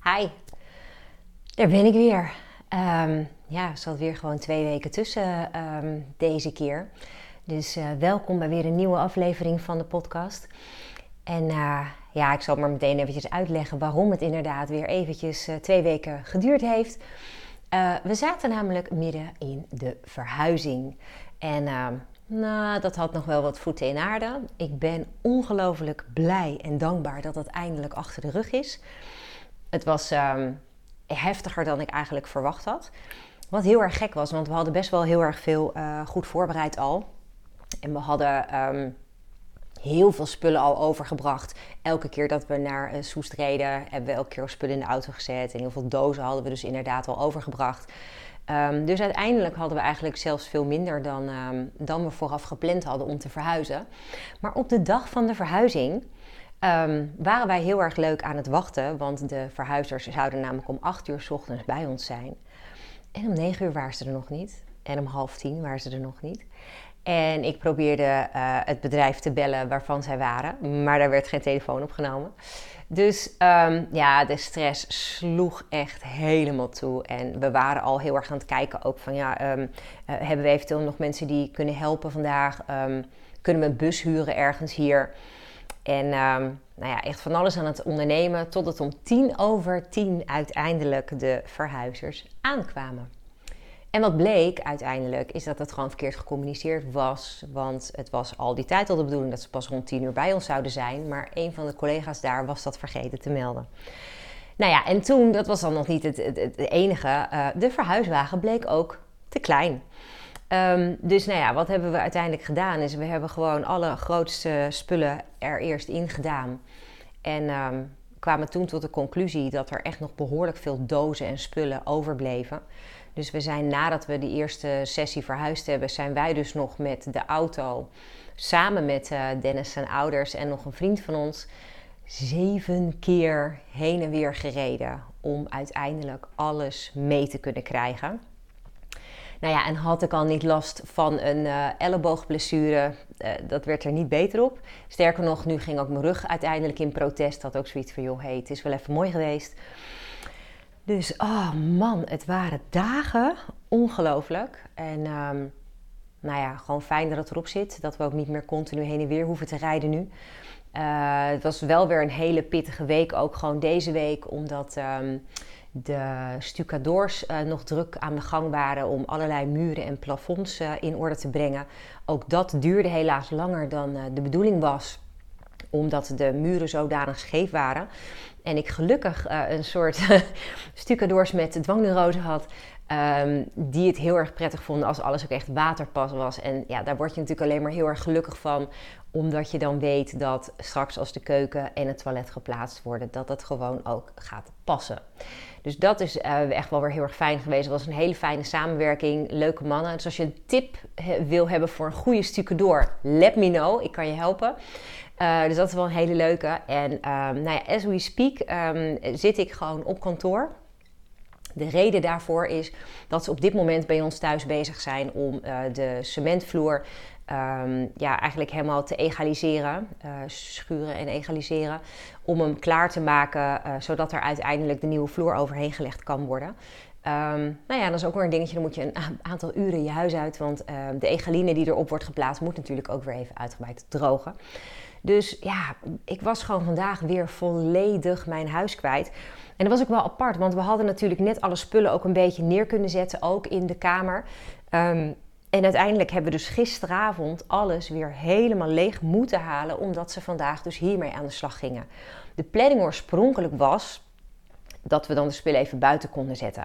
Hi, daar ben ik weer. Er zat weer gewoon 2 weken tussen deze keer. Dus welkom bij weer een nieuwe aflevering van de podcast. En ik zal maar meteen eventjes uitleggen waarom het inderdaad weer eventjes 2 weken geduurd heeft. We zaten namelijk midden in de verhuizing. En dat had nog wel wat voeten in aarde. Ik ben ongelooflijk blij en dankbaar dat het eindelijk achter de rug is. Het was heftiger dan ik eigenlijk verwacht had. Wat heel erg gek was, want we hadden best wel heel erg veel goed voorbereid al. En we hadden heel veel spullen al overgebracht. Elke keer dat we naar Soest reden, hebben we elke keer spullen in de auto gezet. En heel veel dozen hadden we dus inderdaad al overgebracht. Dus uiteindelijk hadden we eigenlijk zelfs veel minder dan we vooraf gepland hadden om te verhuizen. Maar op de dag van de verhuizing waren wij heel erg leuk aan het wachten. Want de verhuizers zouden namelijk om 8 uur 's ochtends bij ons zijn. En om 9 uur waren ze er nog niet. En om 9:30 waren ze er nog niet. En ik probeerde het bedrijf te bellen waarvan zij waren. Maar daar werd geen telefoon opgenomen. Dus de stress sloeg echt helemaal toe. En we waren al heel erg aan het kijken ook van hebben we eventueel nog mensen die kunnen helpen vandaag? Kunnen we een bus huren ergens hier? En echt van alles aan het ondernemen. Tot het om 10:10 uiteindelijk de verhuizers aankwamen. En wat bleek uiteindelijk is dat het gewoon verkeerd gecommuniceerd was. Want het was al die tijd al de bedoeling dat ze pas rond 10 uur bij ons zouden zijn. Maar een van de collega's daar was dat vergeten te melden. En toen, dat was dan nog niet het enige. De verhuiswagen bleek ook te klein. Wat hebben we uiteindelijk gedaan is we hebben gewoon alle grootste spullen er eerst in gedaan. En kwamen toen tot de conclusie dat er echt nog behoorlijk veel dozen en spullen overbleven. Dus we zijn nadat we die eerste sessie verhuisd hebben, zijn wij dus nog met de auto samen met Dennis zijn ouders en nog een vriend van ons 7 keer heen en weer gereden om uiteindelijk alles mee te kunnen krijgen. En had ik al niet last van een elleboogblessure, dat werd er niet beter op. Sterker nog, nu ging ook mijn rug uiteindelijk in protest. Had ook zoiets van, het is wel even mooi geweest. Dus, oh man, het waren dagen. Ongelooflijk. En gewoon fijn dat het erop zit. Dat we ook niet meer continu heen en weer hoeven te rijden nu. Het was wel weer een hele pittige week, ook gewoon deze week. Omdat de stucadoors nog druk aan de gang waren om allerlei muren en plafonds in orde te brengen. Ook dat duurde helaas langer dan de bedoeling was. Omdat de muren zodanig scheef waren. En ik gelukkig een soort stucadoors met dwangneurose had. Die het heel erg prettig vonden als alles ook echt waterpas was. En daar word je natuurlijk alleen maar heel erg gelukkig van. Omdat je dan weet dat straks als de keuken en het toilet geplaatst worden, dat het gewoon ook gaat passen. Dus dat is echt wel weer heel erg fijn geweest. Het was een hele fijne samenwerking, leuke mannen. Dus als je een tip wil hebben voor een goede stucadoor, let me know. Ik kan je helpen. Dus dat is wel een hele leuke. En as we speak zit ik gewoon op kantoor. De reden daarvoor is dat ze op dit moment bij ons thuis bezig zijn om de cementvloer eigenlijk helemaal te egaliseren. Schuren en egaliseren. Om hem klaar te maken, zodat er uiteindelijk de nieuwe vloer overheen gelegd kan worden. Dat is ook weer een dingetje. Dan moet je een aantal uren je huis uit. Want de egaline die erop wordt geplaatst moet natuurlijk ook weer even uitgebreid drogen. Dus ik was gewoon vandaag weer volledig mijn huis kwijt. En dat was ook wel apart, want we hadden natuurlijk net alle spullen ook een beetje neer kunnen zetten, ook in de kamer. En uiteindelijk hebben we dus gisteravond alles weer helemaal leeg moeten halen, omdat ze vandaag dus hiermee aan de slag gingen. De planning oorspronkelijk was dat we dan de spullen even buiten konden zetten.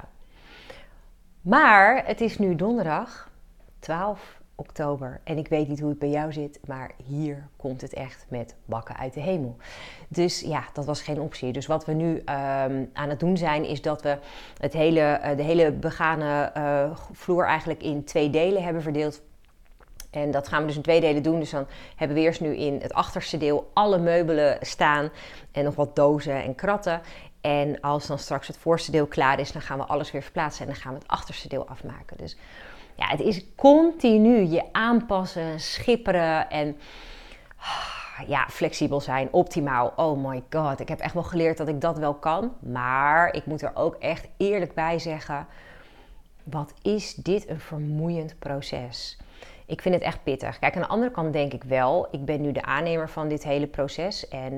Maar het is nu donderdag 12 oktober en ik weet niet hoe het bij jou zit, maar hier komt het echt met bakken uit de hemel. Dus dat was geen optie. Dus wat we nu aan het doen zijn, is dat we de hele begane vloer eigenlijk in 2 delen hebben verdeeld. En dat gaan we dus in 2 delen doen. Dus dan hebben we eerst nu in het achterste deel alle meubelen staan en nog wat dozen en kratten. En als dan straks het voorste deel klaar is, dan gaan we alles weer verplaatsen en dan gaan we het achterste deel afmaken. Dus het is continu je aanpassen, schipperen en ja, flexibel zijn, optimaal. Oh my god, ik heb echt wel geleerd dat ik dat wel kan. Maar ik moet er ook echt eerlijk bij zeggen, wat is dit een vermoeiend proces. Ik vind het echt pittig. Kijk, aan de andere kant denk ik wel, ik ben nu de aannemer van dit hele proces. En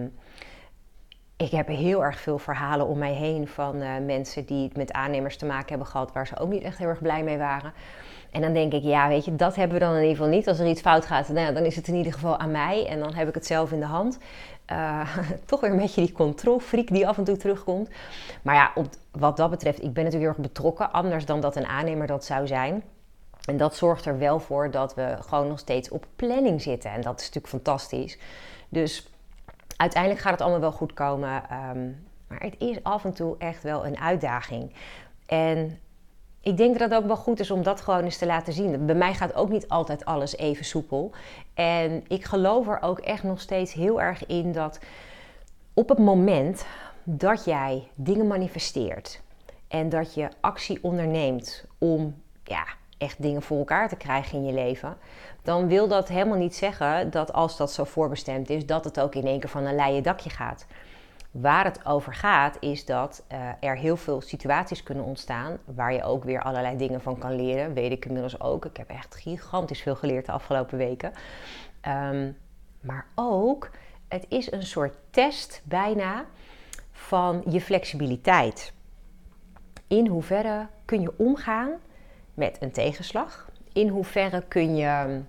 ik heb heel erg veel verhalen om mij heen van mensen die het met aannemers te maken hebben gehad, waar ze ook niet echt heel erg blij mee waren. En dan denk ik, ja, weet je, dat hebben we dan in ieder geval niet. Als er iets fout gaat, nou ja, dan is het in ieder geval aan mij. En dan heb ik het zelf in de hand. Toch weer een beetje die controlfreak die af en toe terugkomt. Maar ja, wat dat betreft, ik ben natuurlijk heel erg betrokken. Anders dan dat een aannemer dat zou zijn. En dat zorgt er wel voor dat we gewoon nog steeds op planning zitten. En dat is natuurlijk fantastisch. Dus uiteindelijk gaat het allemaal wel goed komen. Maar het is af en toe echt wel een uitdaging. En ik denk dat het ook wel goed is om dat gewoon eens te laten zien. Bij mij gaat ook niet altijd alles even soepel. En ik geloof er ook echt nog steeds heel erg in dat op het moment dat jij dingen manifesteert en dat je actie onderneemt om echt dingen voor elkaar te krijgen in je leven, dan wil dat helemaal niet zeggen dat als dat zo voorbestemd is, dat het ook in één keer van een leien dakje gaat. Waar het over gaat is dat er heel veel situaties kunnen ontstaan waar je ook weer allerlei dingen van kan leren. Weet ik inmiddels ook. Ik heb echt gigantisch veel geleerd de afgelopen weken. Maar ook, het is een soort test bijna van je flexibiliteit. In hoeverre kun je omgaan met een tegenslag? In hoeverre kun je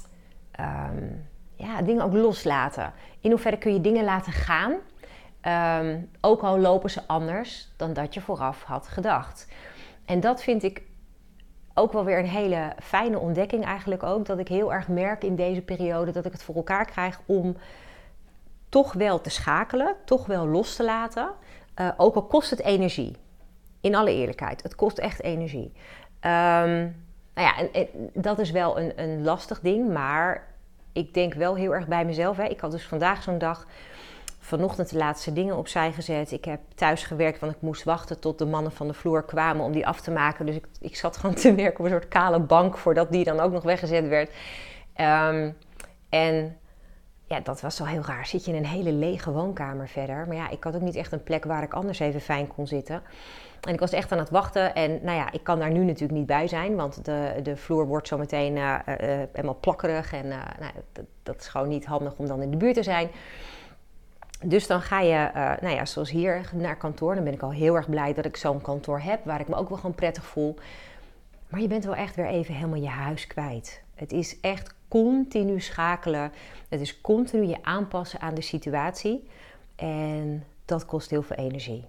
dingen ook loslaten? In hoeverre kun je dingen laten gaan? Ook al lopen ze anders dan dat je vooraf had gedacht. En dat vind ik ook wel weer een hele fijne ontdekking eigenlijk ook. Dat ik heel erg merk in deze periode dat ik het voor elkaar krijg om toch wel te schakelen. Toch wel los te laten. Ook al kost het energie. In alle eerlijkheid. Het kost echt energie. En dat is wel een lastig ding. Maar ik denk wel heel erg bij mezelf. Hè. Ik had dus vandaag zo'n dag. Vanochtend de laatste dingen opzij gezet. Ik heb thuis gewerkt, want ik moest wachten tot de mannen van de vloer kwamen om die af te maken. Dus ik zat gewoon te werken op een soort kale bank voordat die dan ook nog weggezet werd. En ja, dat was wel heel raar. Zit je in een hele lege woonkamer verder. Maar ja, ik had ook niet echt een plek waar ik anders even fijn kon zitten. En ik was echt aan het wachten. En nou ja, ik kan daar nu natuurlijk niet bij zijn. Want de vloer wordt zo meteen helemaal plakkerig. En dat is gewoon niet handig om dan in de buurt te zijn. Dus dan ga je, zoals hier, naar kantoor. Dan ben ik al heel erg blij dat ik zo'n kantoor heb, waar ik me ook wel gewoon prettig voel. Maar je bent wel echt weer even helemaal je huis kwijt. Het is echt continu schakelen. Het is continu je aanpassen aan de situatie. En dat kost heel veel energie.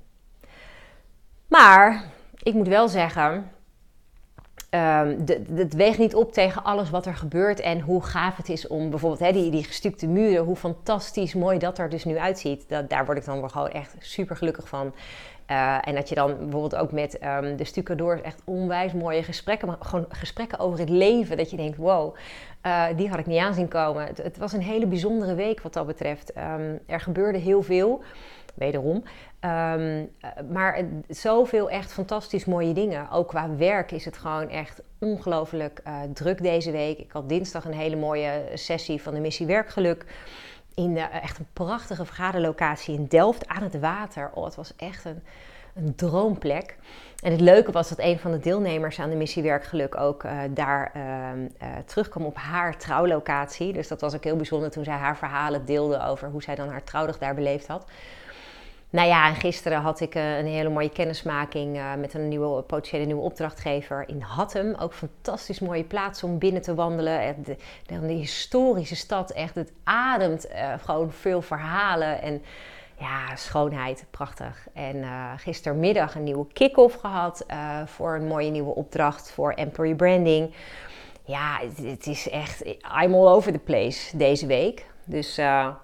Maar ik moet wel zeggen, het weegt niet op tegen alles wat er gebeurt en hoe gaaf het is om bijvoorbeeld die gestukte muren, hoe fantastisch mooi dat er dus nu uitziet. Daar word ik dan wel gewoon echt super gelukkig van. En dat je dan bijvoorbeeld ook met de stucadoors echt onwijs mooie gesprekken, maar gewoon gesprekken over het leven. Dat je denkt, wow, die had ik niet aan zien komen. Het was een hele bijzondere week wat dat betreft. Er gebeurde heel veel. Wederom. Maar zoveel echt fantastisch mooie dingen. Ook qua werk is het gewoon echt ongelooflijk druk deze week. Ik had dinsdag een hele mooie sessie van de missie Werkgeluk. In echt een prachtige vergaderlocatie in Delft aan het water. Oh, het was echt een droomplek. En het leuke was dat een van de deelnemers aan de missie Werkgeluk ook daar terugkwam op haar trouwlocatie. Dus dat was ook heel bijzonder toen zij haar verhalen deelde over hoe zij dan haar trouwdag daar beleefd had. Nou ja, en gisteren had ik een hele mooie kennismaking met een potentiële nieuwe opdrachtgever in Hattem. Ook fantastisch mooie plaats om binnen te wandelen. De historische stad, echt, het ademt gewoon veel verhalen en ja, schoonheid, prachtig. En gistermiddag een nieuwe kick-off gehad voor een mooie nieuwe opdracht voor Employee Branding. Ja, het is echt, I'm all over the place deze week. Dus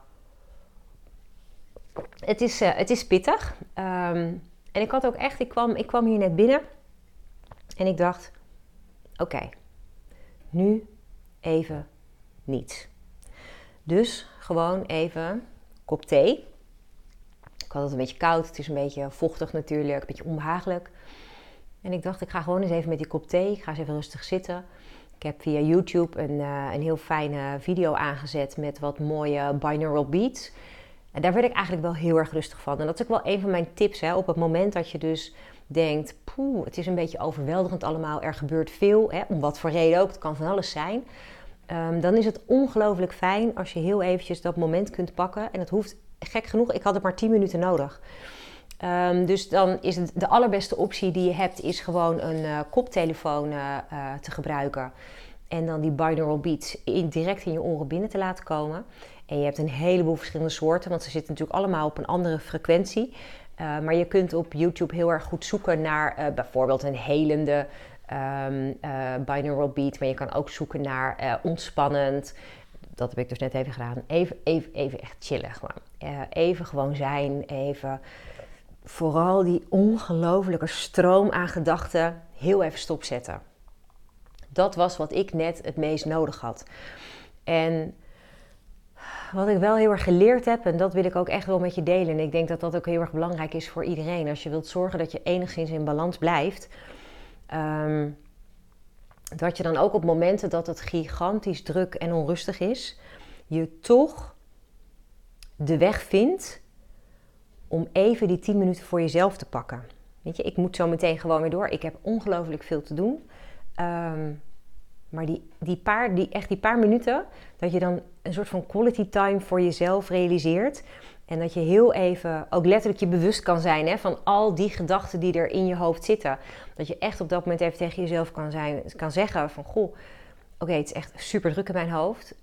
het is pittig. En ik had ook echt, ik kwam hier net binnen. En ik dacht, oké, nu even niets. Dus gewoon even kop thee. Ik had het een beetje koud, het is een beetje vochtig natuurlijk, een beetje onbehagelijk. En ik dacht, ik ga gewoon eens even met die kop thee, ik ga eens even rustig zitten. Ik heb via YouTube een heel fijne video aangezet met wat mooie binaural beats. En daar werd ik eigenlijk wel heel erg rustig van. En dat is ook wel een van mijn tips. Hè? Op het moment dat je dus denkt, het is een beetje overweldigend allemaal. Er gebeurt veel, hè? Om wat voor reden ook. Het kan van alles zijn. Dan is het ongelooflijk fijn als je heel eventjes dat moment kunt pakken. En dat hoeft, gek genoeg, ik had het maar 10 minuten nodig. Dus dan is het de allerbeste optie die je hebt, is gewoon een koptelefoon te gebruiken. En dan die binaural beats direct in je oren binnen te laten komen. En je hebt een heleboel verschillende soorten, want ze zitten natuurlijk allemaal op een andere frequentie. Maar je kunt op YouTube heel erg goed zoeken naar bijvoorbeeld een helende binaural beat. Maar je kan ook zoeken naar ontspannend. Dat heb ik dus net even gedaan. Even echt chillen gewoon. Even gewoon zijn. Even vooral die ongelofelijke stroom aan gedachten heel even stopzetten. Dat was wat ik net het meest nodig had. En wat ik wel heel erg geleerd heb, en dat wil ik ook echt wel met je delen. En ik denk dat dat ook heel erg belangrijk is voor iedereen. Als je wilt zorgen dat je enigszins in balans blijft. Dat je dan ook op momenten dat het gigantisch druk en onrustig is, je toch de weg vindt om even die 10 minuten voor jezelf te pakken. Weet je, ik moet zo meteen gewoon weer door. Ik heb ongelooflijk veel te doen. Maar die paar minuten, dat je dan een soort van quality time voor jezelf realiseert. En dat je heel even ook letterlijk je bewust kan zijn, hè, van al die gedachten die er in je hoofd zitten. Dat je echt op dat moment even tegen jezelf kan zeggen van, oké, het is echt super druk in mijn hoofd.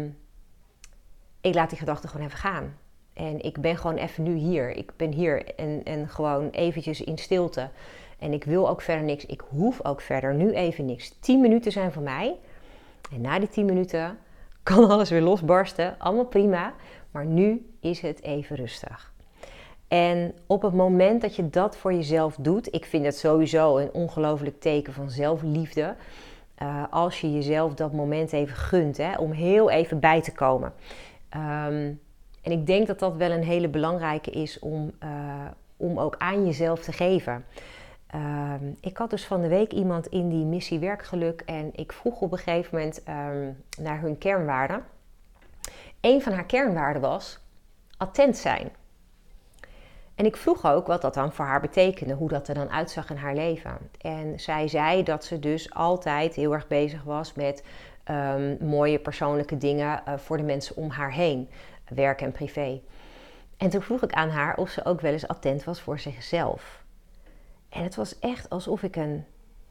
Ik laat die gedachten gewoon even gaan. En ik ben gewoon even nu hier. Ik ben hier en gewoon eventjes in stilte. En ik wil ook verder niks. Ik hoef ook verder nu even niks. 10 minuten zijn voor mij. En na die 10 minuten kan alles weer losbarsten. Allemaal prima. Maar nu is het even rustig. En op het moment dat je dat voor jezelf doet. Ik vind het sowieso een ongelooflijk teken van zelfliefde. Als je jezelf dat moment even gunt. Hè, om heel even bij te komen. En ik denk dat dat wel een hele belangrijke is om ook aan jezelf te geven. Ik had dus van de week iemand in die missie werkgeluk en ik vroeg op een gegeven moment naar hun kernwaarden. Een van haar kernwaarden was attent zijn. En ik vroeg ook wat dat dan voor haar betekende, hoe dat er dan uitzag in haar leven. En zij zei dat ze dus altijd heel erg bezig was met mooie persoonlijke dingen voor de mensen om haar heen. Werk en privé. En toen vroeg ik aan haar of ze ook wel eens attent was voor zichzelf. En het was echt alsof ik een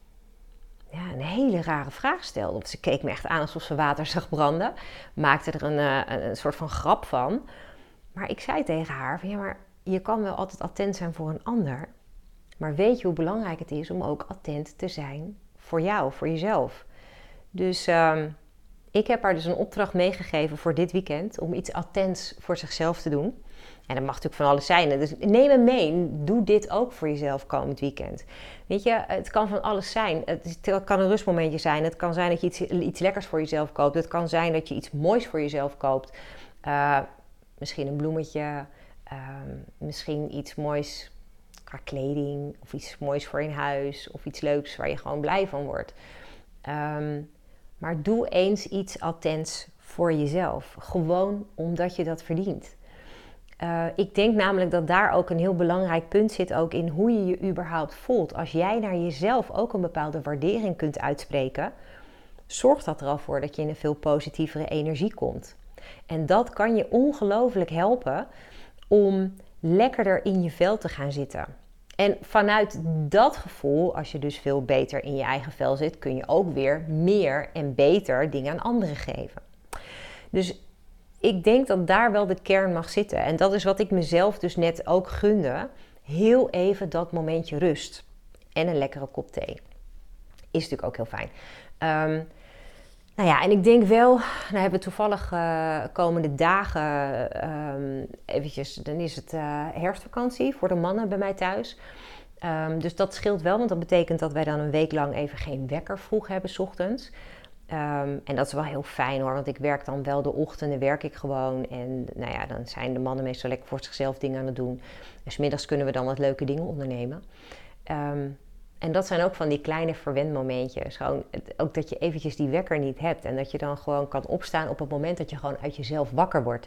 hele rare vraag stelde. Want ze keek me echt aan alsof ze water zag branden. Maakte er een soort van grap van. Maar ik zei tegen haar van, maar je kan wel altijd attent zijn voor een ander. Maar weet je hoe belangrijk het is om ook attent te zijn voor jou, voor jezelf. Dus ik heb haar dus een opdracht meegegeven voor dit weekend om iets attents voor zichzelf te doen. En dat mag natuurlijk van alles zijn. Dus neem hem mee. Doe dit ook voor jezelf komend weekend. Weet je, het kan van alles zijn. Het kan een rustmomentje zijn. Het kan zijn dat je iets lekkers voor jezelf koopt. Het kan zijn dat je iets moois voor jezelf koopt. Misschien een bloemetje. Misschien iets moois qua kleding. Of iets moois voor in huis. Of iets leuks waar je gewoon blij van wordt. Maar doe eens iets attents voor jezelf. Gewoon omdat je dat verdient. Ik denk namelijk dat daar ook een heel belangrijk punt zit ook in hoe je je überhaupt voelt. Als jij naar jezelf ook een bepaalde waardering kunt uitspreken, zorgt dat er al voor dat je in een veel positievere energie komt. En dat kan je ongelooflijk helpen om lekkerder in je vel te gaan zitten. En vanuit dat gevoel, als je dus veel beter in je eigen vel zit, kun je ook weer meer en beter dingen aan anderen geven. Dus ik denk dat daar wel de kern mag zitten. En dat is wat ik mezelf dus net ook gunde. Heel even dat momentje rust. En een lekkere kop thee. Is natuurlijk ook heel fijn. En ik denk wel, nou hebben we toevallig komende dagen eventjes, dan is het herfstvakantie voor de mannen bij mij thuis. Dus dat scheelt wel, want dat betekent dat wij dan een week lang even geen wekker vroeg hebben 's ochtends. En dat is wel heel fijn hoor, want ik werk dan wel de ochtenden, werk ik gewoon. En dan zijn de mannen meestal lekker voor zichzelf dingen aan het doen. En 's middags kunnen we dan wat leuke dingen ondernemen. En dat zijn ook van die kleine verwendmomentjes. Gewoon ook dat je eventjes die wekker niet hebt. En dat je dan gewoon kan opstaan op het moment dat je gewoon uit jezelf wakker wordt.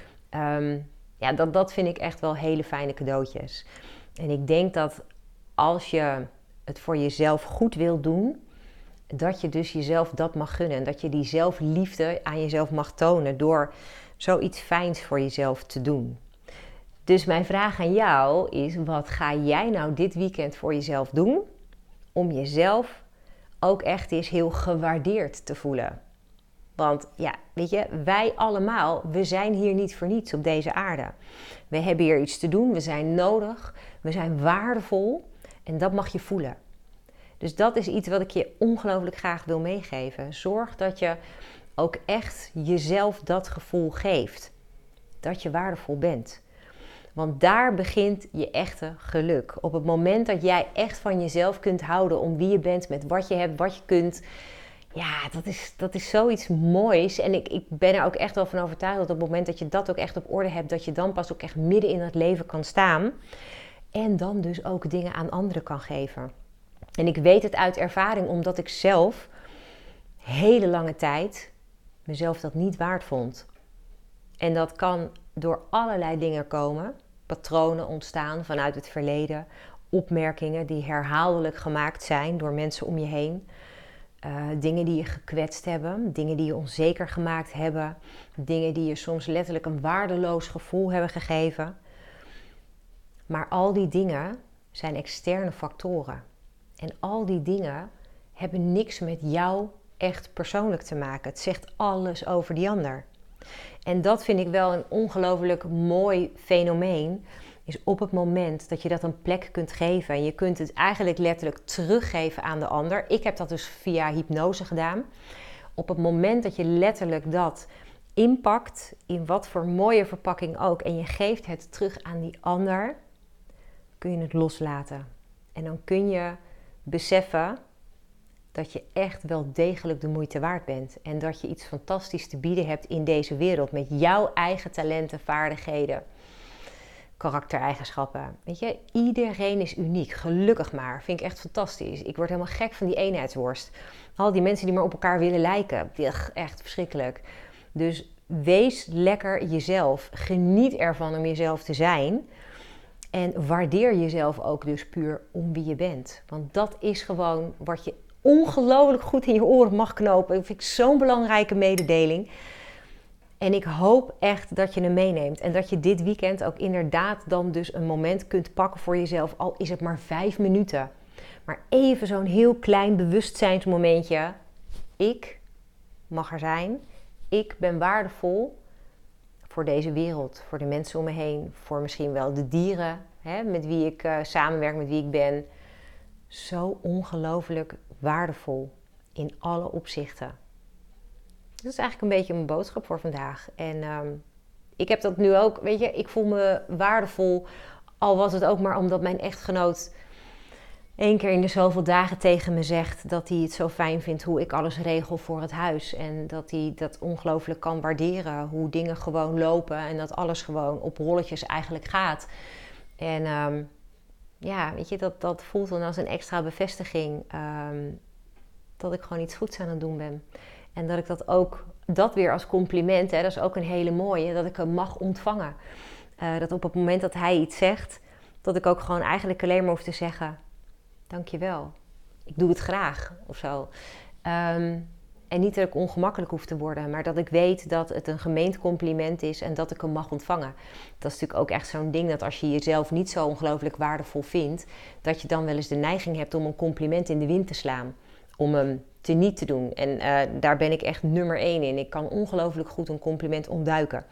Dat vind ik echt wel hele fijne cadeautjes. En ik denk dat als je het voor jezelf goed wil doen, dat je dus jezelf dat mag gunnen. En dat je die zelfliefde aan jezelf mag tonen door zoiets fijns voor jezelf te doen. Dus mijn vraag aan jou is, wat ga jij nou dit weekend voor jezelf doen om jezelf ook echt eens heel gewaardeerd te voelen? Want ja, weet je, wij allemaal, we zijn hier niet voor niets op deze aarde. We hebben hier iets te doen, we zijn nodig, we zijn waardevol en dat mag je voelen. Dus dat is iets wat ik je ongelooflijk graag wil meegeven. Zorg dat je ook echt jezelf dat gevoel geeft. Dat je waardevol bent. Want daar begint je echte geluk. Op het moment dat jij echt van jezelf kunt houden om wie je bent, met wat je hebt, wat je kunt. Ja, dat is zoiets moois. En ik ben er ook echt wel van overtuigd dat op het moment dat je dat ook echt op orde hebt, dat je dan pas ook echt midden in het leven kan staan. En dan dus ook dingen aan anderen kan geven. En ik weet het uit ervaring, omdat ik zelf hele lange tijd mezelf dat niet waard vond. En dat kan door allerlei dingen komen. Patronen ontstaan vanuit het verleden. Opmerkingen die herhaaldelijk gemaakt zijn door mensen om je heen. Dingen die je gekwetst hebben. Dingen die je onzeker gemaakt hebben. Dingen die je soms letterlijk een waardeloos gevoel hebben gegeven. Maar al die dingen zijn externe factoren. En al die dingen hebben niks met jou echt persoonlijk te maken. Het zegt alles over die ander. En dat vind ik wel een ongelooflijk mooi fenomeen. Is op het moment dat je dat een plek kunt geven. En je kunt het eigenlijk letterlijk teruggeven aan de ander. Ik heb dat dus via hypnose gedaan. Op het moment dat je letterlijk dat inpakt, in wat voor mooie verpakking ook, en je geeft het terug aan die ander, kun je het loslaten. En dan kun je beseffen dat je echt wel degelijk de moeite waard bent. En dat je iets fantastisch te bieden hebt in deze wereld. Met jouw eigen talenten, vaardigheden, karaktereigenschappen. Weet je, iedereen is uniek. Gelukkig maar. Vind ik echt fantastisch. Ik word helemaal gek van die eenheidsworst. Al die mensen die maar op elkaar willen lijken. Echt verschrikkelijk. Dus wees lekker jezelf. Geniet ervan om jezelf te zijn. En waardeer jezelf ook dus puur om wie je bent. Want dat is gewoon wat je ongelooflijk goed in je oren mag knopen. Dat vind ik zo'n belangrijke mededeling. En ik hoop echt dat je hem meeneemt. En dat je dit weekend ook inderdaad dan dus een moment kunt pakken voor jezelf. Al is het maar 5 minuten. Maar even zo'n heel klein bewustzijnsmomentje. Ik mag er zijn. Ik ben waardevol voor deze wereld. Voor de mensen om me heen. Voor misschien wel de dieren met wie ik samenwerk, met wie ik ben. Zo ongelooflijk waardevol in alle opzichten. Dat is eigenlijk een beetje mijn boodschap voor vandaag. En ik heb dat nu ook, weet je, ik voel me waardevol. Al was het ook maar omdat mijn echtgenoot 1 keer in de zoveel dagen tegen me zegt dat hij het zo fijn vindt hoe ik alles regel voor het huis. En dat hij dat ongelooflijk kan waarderen, hoe dingen gewoon lopen en dat alles gewoon op rolletjes eigenlijk gaat. En weet je, dat voelt dan als een extra bevestiging dat ik gewoon iets goeds aan het doen ben. En dat ik dat weer als compliment, dat is ook een hele mooie, dat ik hem mag ontvangen. Dat op het moment dat hij iets zegt, dat ik ook gewoon eigenlijk alleen maar hoef te zeggen, dankjewel, ik doe het graag of zo. En niet dat ik ongemakkelijk hoef te worden, maar dat ik weet dat het een gemeend compliment is en dat ik hem mag ontvangen. Dat is natuurlijk ook echt zo'n ding dat als je jezelf niet zo ongelooflijk waardevol vindt, dat je dan wel eens de neiging hebt om een compliment in de wind te slaan. Om hem niet te doen. En daar ben ik echt nummer 1 in. Ik kan ongelooflijk goed een compliment ontduiken.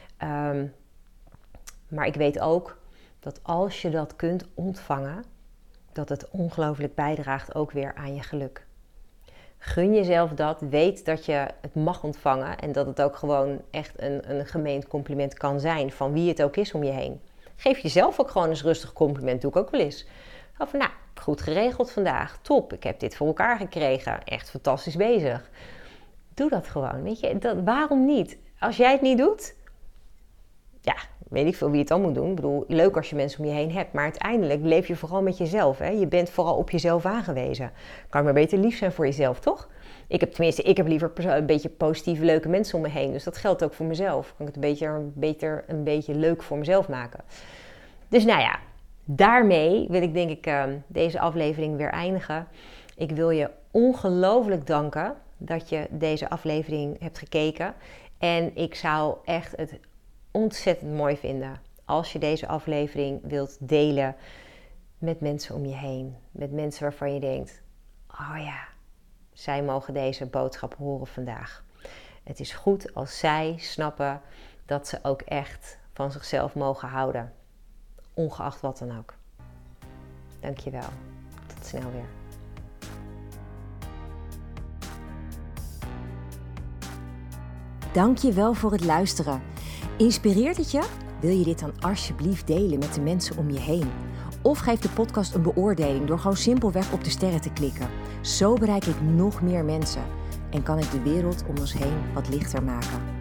Maar ik weet ook dat als je dat kunt ontvangen, dat het ongelooflijk bijdraagt ook weer aan je geluk. Gun jezelf dat. Weet dat je het mag ontvangen. En dat het ook gewoon echt een gemeend compliment kan zijn. Van wie het ook is om je heen. Geef jezelf ook gewoon eens rustig compliment. Doe ik ook wel eens. Van, nou, goed geregeld vandaag. Top, ik heb dit voor elkaar gekregen. Echt fantastisch bezig. Doe dat gewoon, weet je. Waarom niet? Als jij het niet doet, ja, weet ik veel wie het dan moet doen. Ik bedoel, leuk als je mensen om je heen hebt. Maar uiteindelijk leef je vooral met jezelf. Hè? Je bent vooral op jezelf aangewezen. Kan maar beter lief zijn voor jezelf, toch? Ik heb liever een beetje positieve, leuke mensen om me heen. Dus dat geldt ook voor mezelf. Kan ik het een beetje leuk voor mezelf maken. Dus nou ja, daarmee wil ik denk ik deze aflevering weer eindigen. Ik wil je ongelooflijk danken dat je deze aflevering hebt gekeken. En ik zou echt het ontzettend mooi vinden als je deze aflevering wilt delen met mensen om je heen. Met mensen waarvan je denkt, oh ja, zij mogen deze boodschap horen vandaag. Het is goed als zij snappen dat ze ook echt van zichzelf mogen houden. Ongeacht wat dan ook. Dankjewel. Tot snel weer. Dankjewel voor het luisteren. Inspireert het je? Wil je dit dan alsjeblieft delen met de mensen om je heen? Of geef de podcast een beoordeling door gewoon simpelweg op de sterren te klikken. Zo bereik ik nog meer mensen en kan ik de wereld om ons heen wat lichter maken.